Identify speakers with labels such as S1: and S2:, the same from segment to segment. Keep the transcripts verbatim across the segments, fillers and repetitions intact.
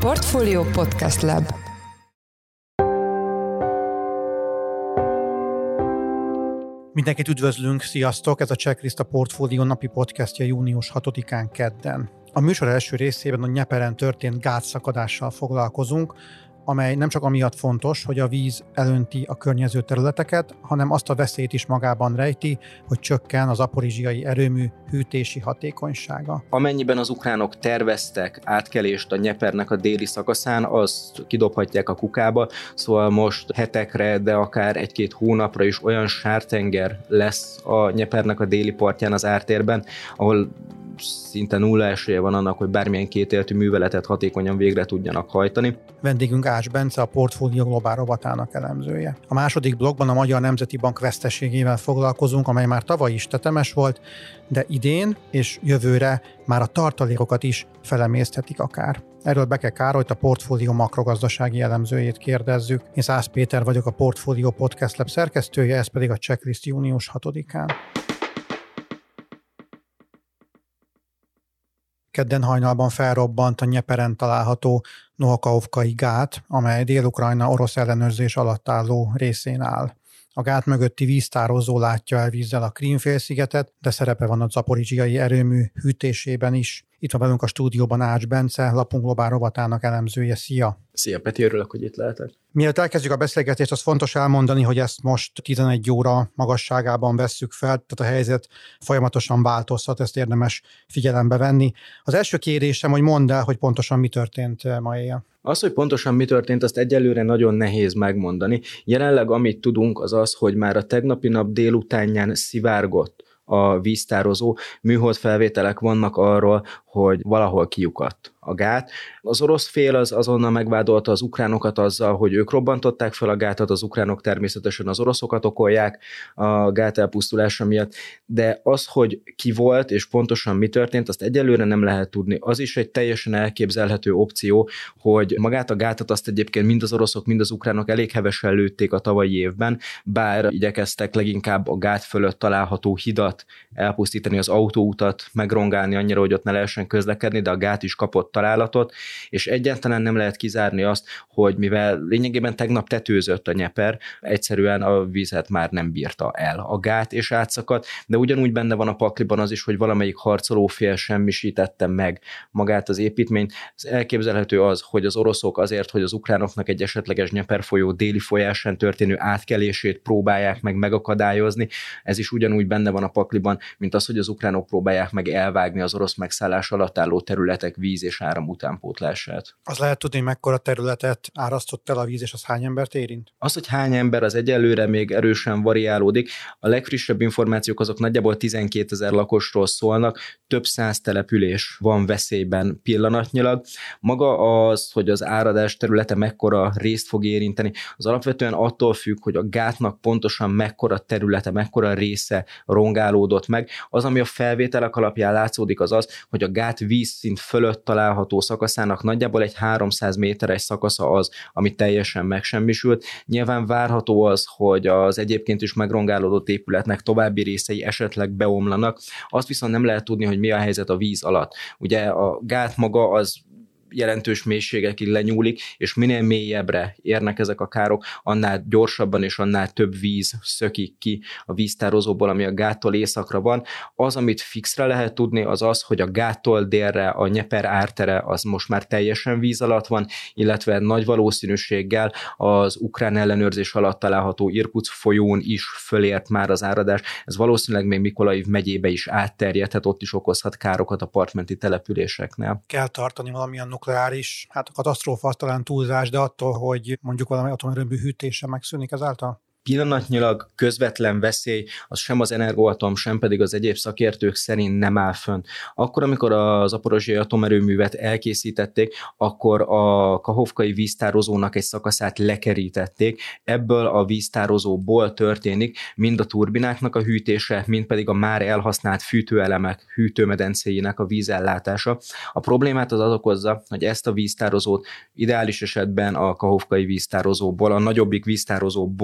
S1: Portfolio Podcast Lab.
S2: Mindenkit üdvözlünk, sziasztok! Ez a Checklist a Portfolio napi podcastja június hatodikán kedden. A műsor első részében a Nyeperen történt gátszakadással foglalkozunk, amely nem csak amiatt fontos, hogy a víz elönti a környező területeket, hanem azt a veszélyt is magában rejti, hogy csökken az zaporizsiai erőmű hűtési hatékonysága.
S3: Amennyiben az ukránok terveztek átkelést a Nyepernek a déli szakaszán, azt kidobhatják a kukába, szóval most hetekre, de akár egy-két hónapra is olyan sártenger lesz a Nyepernek a déli partján az ártérben, ahol szinte nulla esélye van annak, hogy bármilyen kétéltű műveletet hatékonyan végre tudjanak hajtani.
S2: Vendégünk Ács Bence, a Portfolio Globál rovatának elemzője. A második blogban a Magyar Nemzeti Bank veszteségével foglalkozunk, amely már tavaly is tetemes volt, de idén és jövőre már a tartalékokat is felemészthetik akár. Erről Beke Károlyt, a Portfolio makrogazdasági elemzőjét kérdezzük. Én Szász Péter vagyok, a Portfolio Podcast Lab szerkesztője, ez pedig a Checklist június hatodikán. Kedden hajnalban felrobbant a Nyeperen található Nohakahovkai gát, amely Dél-Ukrajna orosz ellenőrzés alatt álló részén áll. A gát mögötti víztározó látja el vízzel a Krím-félszigetet, de szerepe van a zaporizsiai erőmű hűtésében is. Itt van velünk a stúdióban Ács Bence, Lapunk Globál rovatának elemzője. Szia!
S3: Szia Peti, örülök, hogy itt lehetek.
S2: Mielőtt elkezdjük a beszélgetést, az fontos elmondani, hogy ezt most tizenegy óra magasságában vesszük fel, tehát a helyzet folyamatosan változhat, ezt érdemes figyelembe venni. Az első kérésem, hogy mondd el, hogy pontosan mi történt ma éjjel.
S3: Az, hogy pontosan mi történt, azt egyelőre nagyon nehéz megmondani. Jelenleg amit tudunk, az az, hogy már a tegnapi nap délutánján szivárgott a víztározó, műhold felvételek vannak arról, hogy valahol kiukadt a gát. Az orosz fél az azonnal megvádolta az ukránokat azzal, hogy ők robbantották fel a gátat, az ukránok természetesen az oroszokat okolják a gát elpusztulása miatt, de az, hogy ki volt és pontosan mi történt, azt egyelőre nem lehet tudni. Az is egy teljesen elképzelhető opció, hogy magát a gátat azt egyébként mind az oroszok, mind az ukránok elég hevesen lőtték a tavalyi évben, bár igyekeztek leginkább a gát fölött található hidat elpusztítani, az autóutat megrongálni annyira, hogy ott ne lehessen közlekedni, de a gát is kapott találatot, és egyáltalán nem lehet kizárni azt, hogy mivel lényegében tegnap tetőzött a Nyeper, egyszerűen a vizet már nem bírta el a gát, és átszakadt, de ugyanúgy benne van a pakliban az is, hogy valamelyik harcolófél semmisítette meg magát az építményt. Ez elképzelhető az, hogy az oroszok azért, hogy az ukránoknak egy esetleges Nyeper folyó déli folyásán történő átkelését próbálják meg megakadályozni, ez is ugyanúgy benne van a pakliban, mint az, hogy az ukránok próbálják meg elvágni az orosz megszállás alatt álló területek víz és áram utánpótlását.
S2: Az lehet tudni, mekkora területet árasztott el a víz, és az hány embert érint?
S3: Az, hogy hány ember, az egyelőre még erősen variálódik. A legfrissebb információk azok nagyjából tizenkétezer lakosról szólnak, több száz település van veszélyben pillanatnyilag. Maga az, hogy az áradás területe mekkora részt fog érinteni, az alapvetően attól függ, hogy a gátnak pontosan mekkora területe, mekkora része rongálódott meg. Az, ami a felvételek alapján látszódik, az az, hogy a gát vízszint fölött található szakaszának nagyjából egy háromszáz méteres szakasza az, ami teljesen megsemmisült. Nyilván várható az, hogy az egyébként is megrongálódott épületnek további részei esetleg beomlanak. Azt viszont nem lehet tudni, hogy mi a helyzet a víz alatt. Ugye a gát maga az jelentős mélységekig lenyúlik, és minél mélyebbre érnek ezek a károk, annál gyorsabban és annál több víz szökik ki a víztározóból, ami a gáttól északra van. Az, amit fixre lehet tudni, az az, hogy a gáttól délre a Nyeper ártere az most már teljesen víz alatt van, illetve nagy valószínűséggel az ukrán ellenőrzés alatt található Irkutsk folyón is fölért már az áradás. Ez valószínűleg még Mikolaiv megyébe is átterjedhet, ott is okozhat károkat a partmenti településeknél.
S2: Kell tartani valamilyen nukleáris, hát a katasztrófa az talán túlzás, de attól, hogy mondjuk valami atomerőmű hűtése megszűnik ezáltal?
S3: Pillanatnyilag közvetlen veszély az sem az Energoatom, sem pedig az egyéb szakértők szerint nem áll fönn. Akkor, amikor a zaporozsiai atomerőművet elkészítették, akkor a kahovkai víztározónak egy szakaszát lekerítették. Ebből a víztározóból történik mind a turbináknak a hűtése, mind pedig a már elhasznált fűtőelemek hűtőmedencéinek a vízellátása. A problémát az az okozza, hogy ezt a víztározót ideális esetben a kahovkai víztározóból, a nagyobbik víztározóból tört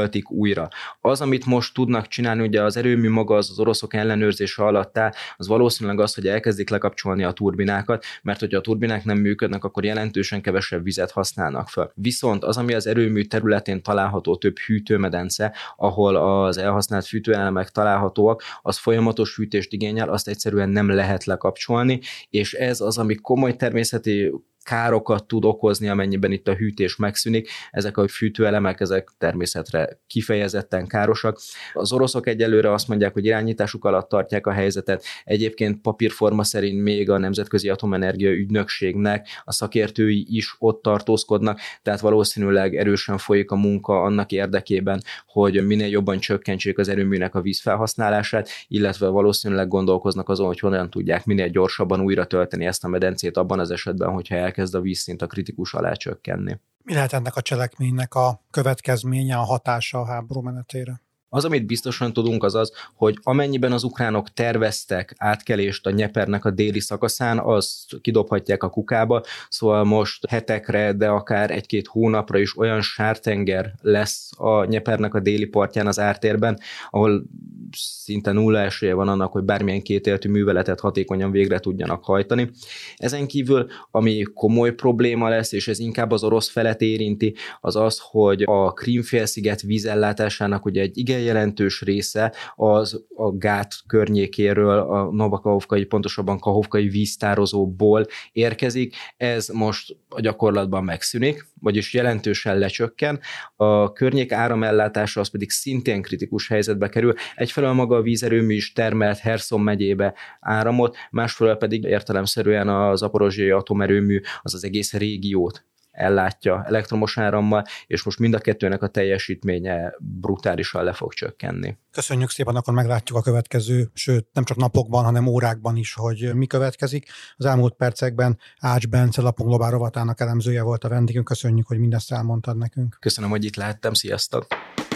S3: töltik újra. Az, amit most tudnak csinálni, ugye az erőmű maga az, az oroszok ellenőrzése alatt áll, az valószínűleg az, hogy elkezdik lekapcsolni a turbinákat, mert hogyha a turbinák nem működnek, akkor jelentősen kevesebb vizet használnak fel. Viszont az, ami az erőmű területén található, több hűtőmedence, ahol az elhasznált fűtőelemek találhatóak, az folyamatos fűtést igényel, azt egyszerűen nem lehet lekapcsolni, és ez az, ami komoly természeti károkat tud okozni, amennyiben itt a hűtés megszűnik. Ezek a fűtőelemek, ezek természetre kifejezetten károsak. Az oroszok egyelőre azt mondják, hogy irányításuk alatt tartják a helyzetet. Egyébként papírforma szerint még a Nemzetközi Atomenergia Ügynökségnek a szakértői is ott tartózkodnak, tehát valószínűleg erősen folyik a munka annak érdekében, hogy minél jobban csökkentsék az erőműnek a vízfelhasználását, illetve valószínűleg gondolkoznak azon, hogy hogyan tudják minél gyorsabban újra tölteni ezt a medencét abban az esetben, hogyha elkezd a vízszint a kritikus alá csökkenni.
S2: Mi lehet ennek a cselekménynek a következménye, a hatása a háború menetére?
S3: Az, amit biztosan tudunk, az az, hogy amennyiben az ukránok terveztek átkelést a Nyepernek a déli szakaszán, azt kidobhatják a kukába, szóval most hetekre, de akár egy-két hónapra is olyan sártenger lesz a Nyepernek a déli partján az ártérben, ahol szinte nulla esélye van annak, hogy bármilyen kétéltű műveletet hatékonyan végre tudjanak hajtani. Ezen kívül, ami komoly probléma lesz, és ez inkább az orosz felet érinti, az az, hogy a Krím-félsziget vízellátásának ugye egy igen jelentős része az a Gát környékéről, a Novakahovkai, pontosabban Kahovkai víztározóból érkezik. Ez most a gyakorlatban megszűnik, vagyis jelentősen lecsökken. A környék áramellátása az pedig szintén kritikus helyzetbe kerül. Egyfelől maga a vízerőmű is termelt Herszon megyébe áramot, másfelől pedig értelemszerűen a zaporozsiai atomerőmű az az egész régiót ellátja elektromos árammal, és most mind a kettőnek a teljesítménye brutálisan le fog csökkenni.
S2: Köszönjük szépen, akkor meglátjuk a következő, sőt nem csak napokban, hanem órákban is, hogy mi következik. Az elmúlt percekben Ács Bence, Lapunk Globál rovatának elemzője volt a vendégünk. Köszönjük, hogy mindezt elmondtad nekünk.
S3: Köszönöm, hogy itt lehettem. Sziasztok!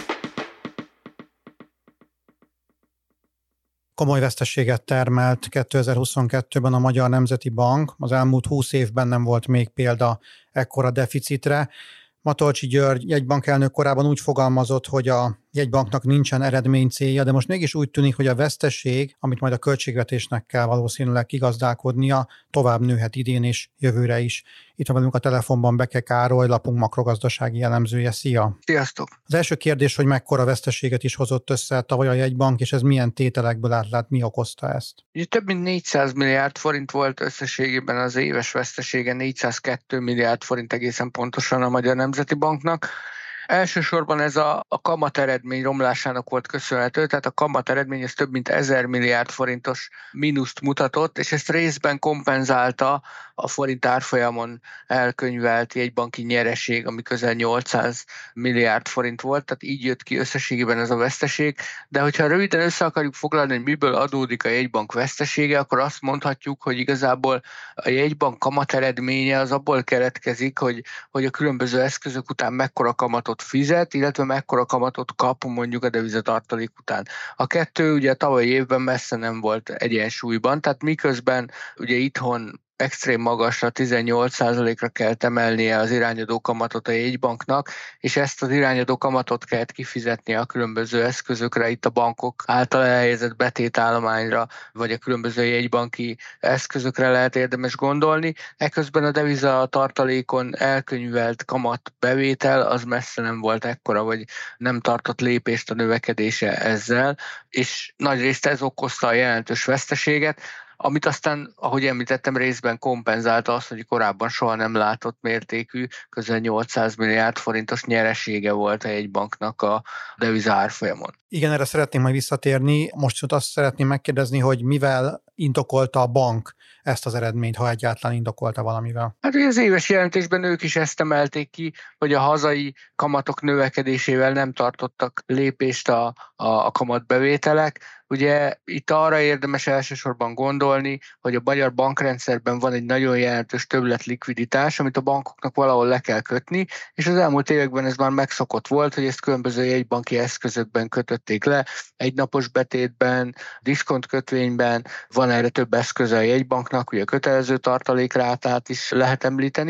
S2: Komoly veszteséget termelt kétezer-huszonkettőben a Magyar Nemzeti Bank. Az elmúlt húsz évben nem volt még példa ekkora deficitre. Matolcsy György jegybankelnök korábban úgy fogalmazott, hogy a jegybanknak nincsen eredménycélja, de most mégis úgy tűnik, hogy a veszteség, amit majd a költségvetésnek kell valószínűleg kigazdálkodnia, tovább nőhet idén és jövőre is. Itt van velünk a telefonban Beke Károly, Lapunk makrogazdasági elemzője. Szia!
S1: Sziasztok!
S2: Az első kérdés, hogy mekkora veszteséget is hozott össze tavaly a jegybank, és ez milyen tételekből átlát, mi okozta ezt?
S1: Ugye több mint négyszáz milliárd forint volt összességében az éves vesztesége, négyszázkettő milliárd forint egészen pontosan a Magyar Nemzeti Banknak. Elsősorban ez a, a kamat eredmény romlásának volt köszönhető, tehát a kamat eredmény ez több mint ezer milliárd forintos mínuszt mutatott, és ezt részben kompenzálta a forint árfolyamon elkönyvelt jegybanki nyereség, ami közel nyolcszáz milliárd forint volt, tehát így jött ki összességében ez a veszteség, de hogyha röviden össze akarjuk foglalni, hogy miből adódik a jegybank vesztesége, akkor azt mondhatjuk, hogy igazából a jegybank kamat eredménye az abból keletkezik, hogy, hogy a különböző eszközök után mekkora kamatot fizet, illetve mekkora kamatot kap mondjuk a devizatartalék után. A kettő ugye tavalyi évben messze nem volt egyensúlyban, tehát miközben ugye itthon extrém magasra, tizennyolc százalékra kell emelnie az irányadó kamatot a jegybanknak, és ezt az irányadó kamatot kell kifizetnie a különböző eszközökre, itt a bankok által elhelyezett betétállományra, vagy a különböző jegybanki eszközökre lehet érdemes gondolni. Eközben a deviza tartalékon elkönyvelt kamat bevétel az messze nem volt ekkora, vagy nem tartott lépést a növekedése ezzel, és nagyrészt ez okozta a jelentős veszteséget, amit aztán, ahogy említettem, részben kompenzálta azt, hogy korábban soha nem látott mértékű, közel nyolcszáz milliárd forintos nyeresége volt a jegybanknak a deviza árfolyamon.
S2: Igen, erre szeretném majd visszatérni. Most azt szeretném megkérdezni, hogy mivel indokolta a bank ezt az eredményt, ha egyáltalán indokolta valamivel?
S1: Hát ugye az éves jelentésben ők is ezt emelték ki, hogy a hazai kamatok növekedésével nem tartottak lépést a, a, a kamatbevételek. Ugye itt arra érdemes elsősorban gondolni, hogy a magyar bankrendszerben van egy nagyon jelentős többlet likviditás, amit a bankoknak valahol le kell kötni, és az elmúlt években ez már megszokott volt, hogy ezt különböző jegybanki eszközökben kötötték le, egynapos betétben, diszkontkötvényben, van erre több eszköze a jegybanknak, ugye a kötelező tartalékrátát is lehet említeni,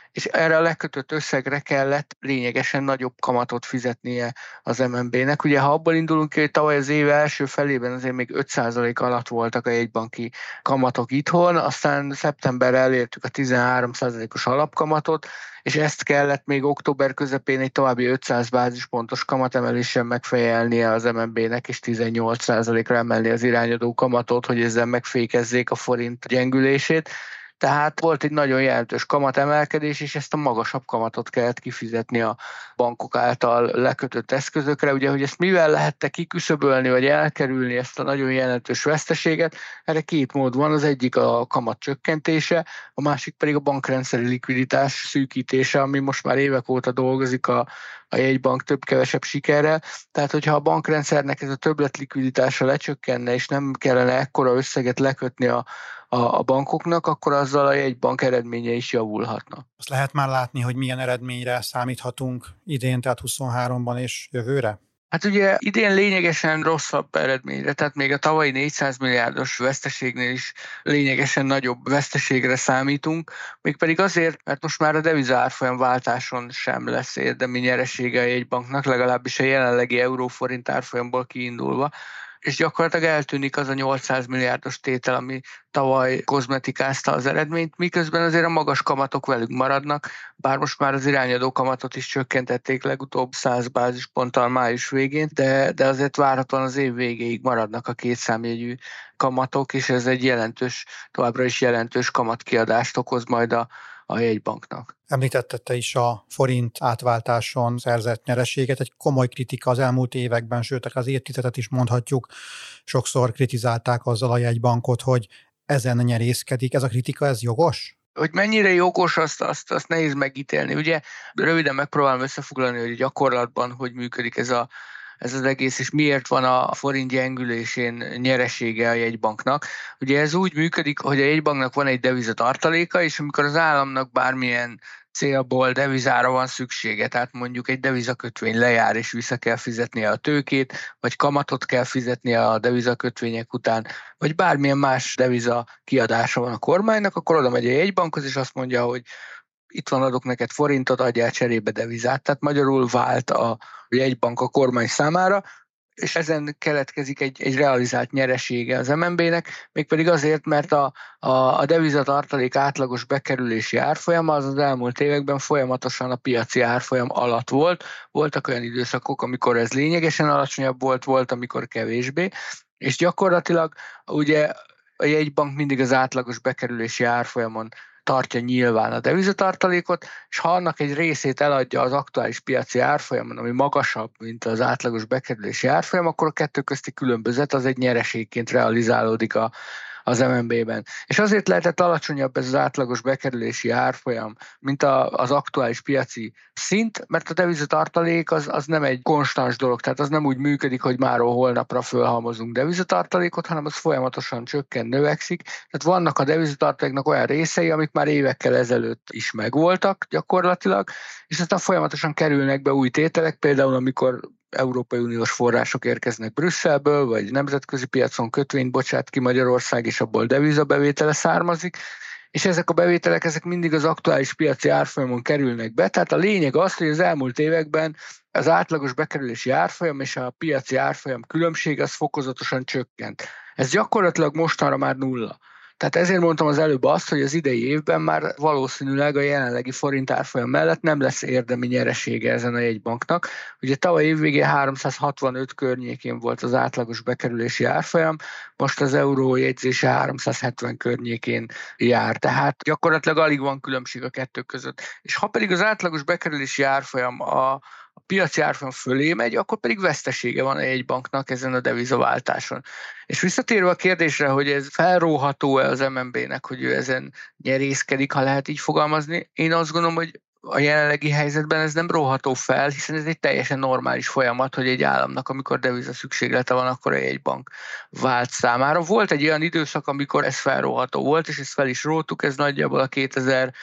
S1: és erre a lekötött összegre kellett lényegesen nagyobb kamatot fizetnie az em en bé-nek. Ugye ha abból indulunk ki, hogy tavaly az év első felében azért még öt százalék alatt voltak a jegybanki kamatok itthon, aztán szeptemberre elértük a tizenhárom százalékos alapkamatot, és ezt kellett még október közepén egy további ötszáz bázispontos kamatemelésen megfejelnie az em en bé-nek, és tizennyolc százalékra emelni az irányadó kamatot, hogy ezzel megfékezzék a forint gyengülését. Tehát volt egy nagyon jelentős kamatemelkedés, és ezt a magasabb kamatot kellett kifizetni a bankok által lekötött eszközökre. Ugye, hogy ezt mivel lehette kiküszöbölni, vagy elkerülni ezt a nagyon jelentős veszteséget, erre két mód van. Az egyik a kamat csökkentése, a másik pedig a bankrendszeri likviditás szűkítése, ami most már évek óta dolgozik a, a jegybank több-kevesebb sikerrel. Tehát, hogyha a bankrendszernek ez a többlet likviditása lecsökkenne, és nem kellene ekkora összeget lekötni a a bankoknak, akkor azzal a jegybank eredménye is javulhatna.
S2: Azt lehet már látni, hogy milyen eredményre számíthatunk idén, tehát huszonháromban és jövőre?
S1: Hát ugye idén lényegesen rosszabb eredményre, tehát még a tavalyi négyszáz milliárdos veszteségnél is lényegesen nagyobb veszteségre számítunk, mégpedig azért, mert most már a deviza árfolyam váltáson sem lesz érdemi nyeresége a jegybanknak, legalábbis a jelenlegi euróforint árfolyamból kiindulva, és gyakorlatilag eltűnik az a nyolcszáz milliárdos tétel, ami tavaly kozmetikázta az eredményt, miközben azért a magas kamatok velük maradnak, bár most már az irányadó kamatot is csökkentették legutóbb száz bázisponttal május végén, de, de azért várhatóan az év végéig maradnak a kétszámjegyű kamatok, és ez egy jelentős, továbbra is jelentős kamatkiadást okoz majd a a jegybanknak.
S2: Említette te is a forint átváltáson szerzett nyereséget, egy komoly kritika az elmúlt években, sőt, az évtizedet is mondhatjuk, sokszor kritizálták azzal a jegybankot, hogy ezen nyerészkedik. Ez a kritika, ez jogos?
S1: Hogy mennyire jogos, azt, azt, azt nehéz megítélni. Ugye röviden megpróbálom összefoglalni, hogy gyakorlatban hogy működik ez a ez az egész, és miért van a forint gyengülésén nyeresége a jegybanknak. Ugye ez úgy működik, hogy a jegybanknak van egy devizatartaléka, és amikor az államnak bármilyen célból devizára van szüksége, tehát mondjuk egy devizakötvény lejár, és vissza kell fizetnie a tőkét, vagy kamatot kell fizetnie a devizakötvények után, vagy bármilyen más deviza kiadása van a kormánynak, akkor oda megy a jegybankhoz, és azt mondja, hogy itt van, adok neked forintot, adjál cserébe devizát. Tehát magyarul vált a jegybank a kormány számára, és ezen keletkezik egy, egy realizált nyeresége az em en bé-nek, mégpedig azért, mert a, a, a devizatartalék átlagos bekerülési árfolyama az az elmúlt években folyamatosan a piaci árfolyam alatt volt. Voltak olyan időszakok, amikor ez lényegesen alacsonyabb volt, volt, amikor kevésbé, és gyakorlatilag ugye a jegybank mindig az átlagos bekerülési árfolyamon tartja nyilván a devizatartalékot, és ha annak egy részét eladja az aktuális piaci árfolyamon, ami magasabb, mint az átlagos bekerülési árfolyam, akkor a kettő közti különbözet az egy nyereségként realizálódik a, az em en bé-ben. És azért lehetett alacsonyabb ez az átlagos bekerülési árfolyam, mint a, az aktuális piaci szint, mert a devizatartalék az, az nem egy konstans dolog, tehát az nem úgy működik, hogy máról holnapra fölhalmozunk devizatartalékot, hanem az folyamatosan csökken, növekszik. Tehát vannak a devizatartaléknak olyan részei, amik már évekkel ezelőtt is megvoltak gyakorlatilag, és aztán folyamatosan kerülnek be új tételek, például amikor Európai Uniós források érkeznek Brüsszelből, vagy nemzetközi piacon kötvényt bocsát ki Magyarország, és abból devizabevétele származik, és ezek a bevételek ezek mindig az aktuális piaci árfolyamon kerülnek be. Tehát a lényeg az, hogy az elmúlt években az átlagos bekerülési árfolyam és a piaci árfolyam különbség az fokozatosan csökkent. Ez gyakorlatilag mostanra már nulla. Tehát ezért mondtam az előbb azt, hogy az idei évben már valószínűleg a jelenlegi forint árfolyam mellett nem lesz érdemi nyeresége ezen a jegybanknak. Ugye tavaly évvégén háromszázhatvanöt környékén volt az átlagos bekerülési árfolyam, most az euró jegyzése háromszázhetven környékén jár. Tehát gyakorlatilag alig van különbség a kettő között. És ha pedig az átlagos bekerülési árfolyam a a piaci árfolyam fölé megy, akkor pedig vesztesége van a jegybanknak ezen a devizaváltáson. És visszatérve a kérdésre, hogy ez felróható-e az em en bé-nek, hogy ő ezen nyerészkedik, ha lehet így fogalmazni, én azt gondolom, hogy a jelenlegi helyzetben ez nem róható fel, hiszen ez egy teljesen normális folyamat, hogy egy államnak, amikor deviza szükséglete van, akkor a jegybank vált számára. Volt egy olyan időszak, amikor ez felróható volt, és ezt fel is róttuk, ez nagyjából a kétezer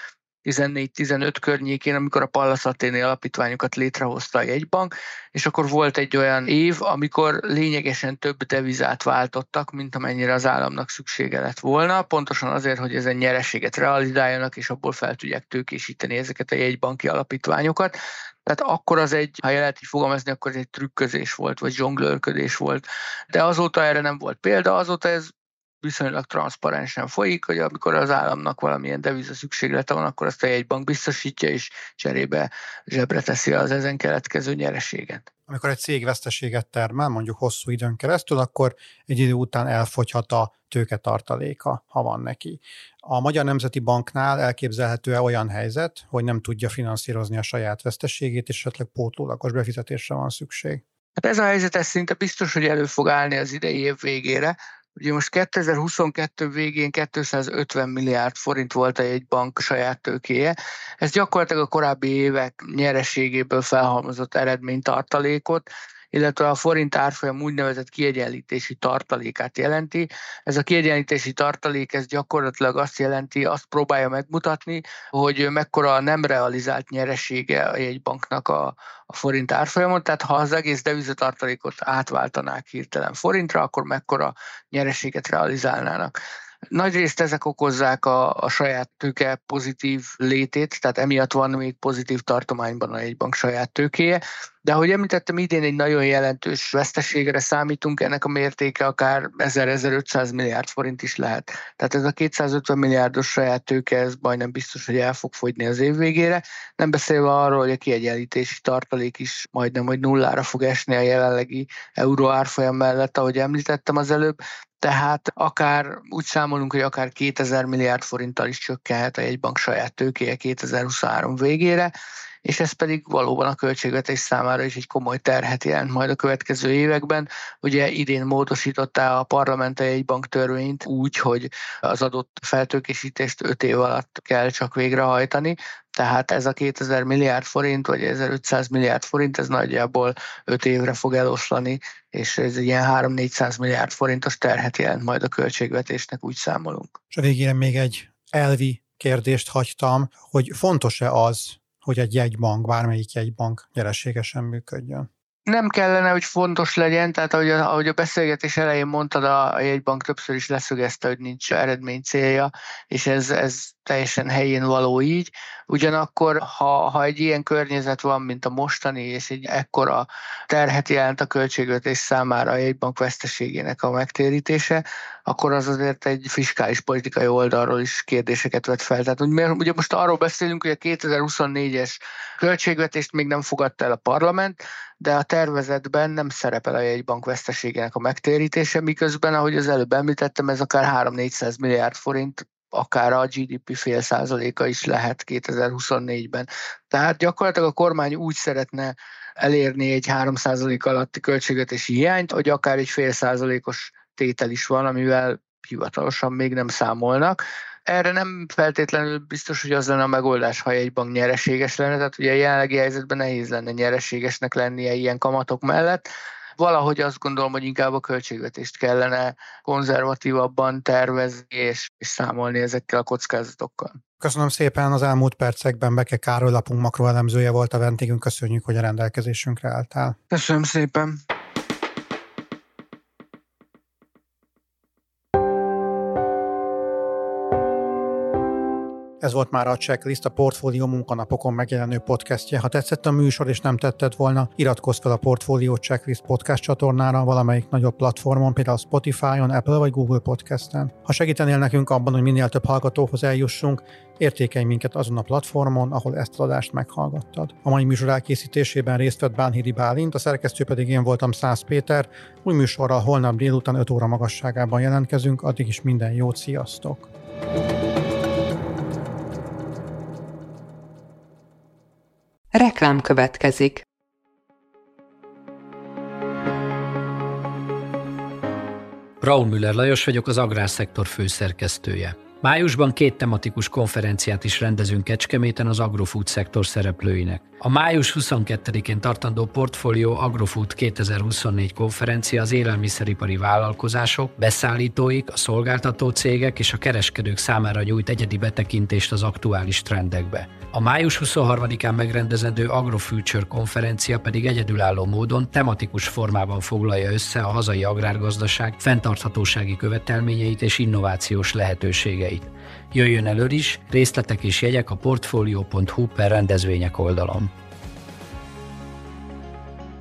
S1: tizennégy-tizenöt környékén, amikor a Pallas Athéné alapítványokat létrehozta a jegybank, és akkor volt egy olyan év, amikor lényegesen több devizát váltottak, mint amennyire az államnak szüksége lett volna, pontosan azért, hogy ezen nyereséget realizáljanak, és abból fel tudják tőkésíteni ezeket a jegybanki alapítványokat. Tehát akkor az egy, ha lehet így fogalmazni, akkor ez egy trükközés volt, vagy zsonglőrködés volt. De azóta erre nem volt példa, azóta ez viszonylag transzparensen folyik, hogy amikor az államnak valamilyen deviza szükséglete van, akkor azt a jegybank biztosítja, és cserébe zsebre teszi az ezen keletkező nyereséget.
S2: Amikor egy cég veszteséget termel, mondjuk hosszú időn keresztül, akkor egy idő után elfogyhat a tőketartaléka, ha van neki. A Magyar Nemzeti Banknál elképzelhető-e olyan helyzet, hogy nem tudja finanszírozni a saját veszteségét, és esetleg pótlólagos befizetésre van szükség?
S1: Hát ez a helyzet ez szinte biztos, hogy elő fog állni az idei év végére. Ugye most kétezer-huszonkettő végén kétszázötven milliárd forint volt a jegybank saját tőkéje. Ez gyakorlatilag a korábbi évek nyereségéből felhalmozott eredménytartalékot, illetve a forint árfolyam úgynevezett kiegyenlítési tartalékát jelenti. Ez a kiegyenlítési tartalék ez gyakorlatilag azt jelenti, azt próbálja megmutatni, hogy mekkora a nem realizált nyeresége a jegybanknak a, a forint árfolyamon, tehát ha az egész devizatartalékot átváltanák hirtelen forintra, akkor mekkora nyereséget realizálnának. Nagyrészt ezek okozzák a, a saját tőke pozitív létét, tehát emiatt van még pozitív tartományban a jegybank saját tőkéje, de ahogy említettem, idén egy nagyon jelentős veszteségre számítunk, ennek a mértéke akár ezer-ezerötszáz milliárd forint is lehet. Tehát ez a kétszázötven milliárdos saját tőke, ez majdnem biztos, hogy el fog fogyni az év végére, nem beszélve arról, hogy a kiegyenlítési tartalék is majdnem, hogy nullára fog esni a jelenlegi euró árfolyam mellett, ahogy említettem az előbb, tehát akár úgy számolunk, hogy akár kétezer milliárd forinttal is csökkenhet a jegybank saját tőkéje kétezer-huszonhárom végére, és ez pedig valóban a költségvetés számára is egy komoly terhet jelent majd a következő években. Ugye idén módosította a parlament a jegybank törvényt úgy, hogy az adott feltőkésítést öt év alatt kell csak végrehajtani, tehát ez a kétezer milliárd forint, vagy ezerötszáz milliárd forint, ez nagyjából öt évre fog eloszlani, és ez ilyen háromszáz-négyszáz milliárd forintos terhet jelent majd a költségvetésnek, úgy számolunk.
S2: És a végére még egy elvi kérdést hagytam, hogy fontos-e az, hogy egy jegybank, bármelyik jegybank nyereségesen működjön?
S1: Nem kellene, hogy fontos legyen, tehát ahogy a, ahogy a beszélgetés elején mondtad, a jegybank többször is leszögezte, hogy nincs eredmény célja, és ez, ez teljesen helyén való így. Ugyanakkor, ha, ha egy ilyen környezet van, mint a mostani, és egy ekkora terhet jelent a költségvetés számára a jegybank veszteségének a megtérítése, akkor az azért egy fiskális politikai oldalról is kérdéseket vet fel. Tehát ugye most arról beszélünk, hogy a kétezer-huszonnégyes költségvetést még nem fogadta el a parlament, de a tervezetben nem szerepel a jegybank veszteségének a megtérítése, miközben, ahogy az előbb említettem, ez akár háromszáz-négyszáz milliárd forint, akár a gé dé pé fél százaléka is lehet kétezer-huszonnégyben. Tehát gyakorlatilag a kormány úgy szeretne elérni egy három százalék alatti költségvetési hiányt, hogy akár egy fél százalékos tétel is van, amivel hivatalosan még nem számolnak. Erre nem feltétlenül biztos, hogy az lenne a megoldás, ha egy bank nyereséges lenne, tehát ugye a jelenlegi helyzetben nehéz lenne nyereségesnek lennie ilyen kamatok mellett. Valahogy azt gondolom, hogy inkább a költségvetést kellene konzervatívabban tervezni és, és számolni ezekkel a kockázatokkal.
S2: Köszönöm szépen, az elmúlt percekben Beke Károly lapunk makroelemzője volt a vendégünk, köszönjük, hogy a rendelkezésünkre álltál.
S1: Köszönöm szépen.
S2: Ez volt már a Checklist, a Portfólió munkanapokon megjelenő podcastje. Ha tetszett a műsor és nem tetted volna, iratkozz fel a Portfólió Checklist podcast csatornára valamelyik nagyobb platformon, például Spotify-on, Apple vagy Google Podcasten. Ha segítenél nekünk abban, hogy minél több hallgatóhoz eljussunk, értékelj minket azon a platformon, ahol ezt az adást meghallgattad. A mai műsor elkészítésében részt vett Bánhidi Bálint, a szerkesztő pedig én voltam, Szász Péter. Új műsorral holnap délután öt óra magasságában jelentkezünk, addig is minden jót, sziasztok!
S4: Reklám következik.
S5: Braun Müller Lajos vagyok, az Agrárszektor főszerkesztője. Májusban két tematikus konferenciát is rendezünk Kecskeméten az agrofood szektor szereplőinek. A május huszonkettedikén tartandó Portfolio Agrofood kétezer-huszonnégy konferencia az élelmiszeripari vállalkozások, beszállítóik, a szolgáltató cégek és a kereskedők számára nyújt egyedi betekintést az aktuális trendekbe. A május huszonharmadikán megrendezendő Agrofuture konferencia pedig egyedülálló módon tematikus formában foglalja össze a hazai agrárgazdaság fenntarthatósági követelményeit és innovációs lehetőségeit. Jöjjön elő is, részletek és jegyek a portfolio pont hu per rendezvények oldalon.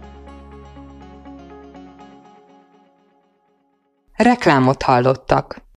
S4: Reklámot hallottak.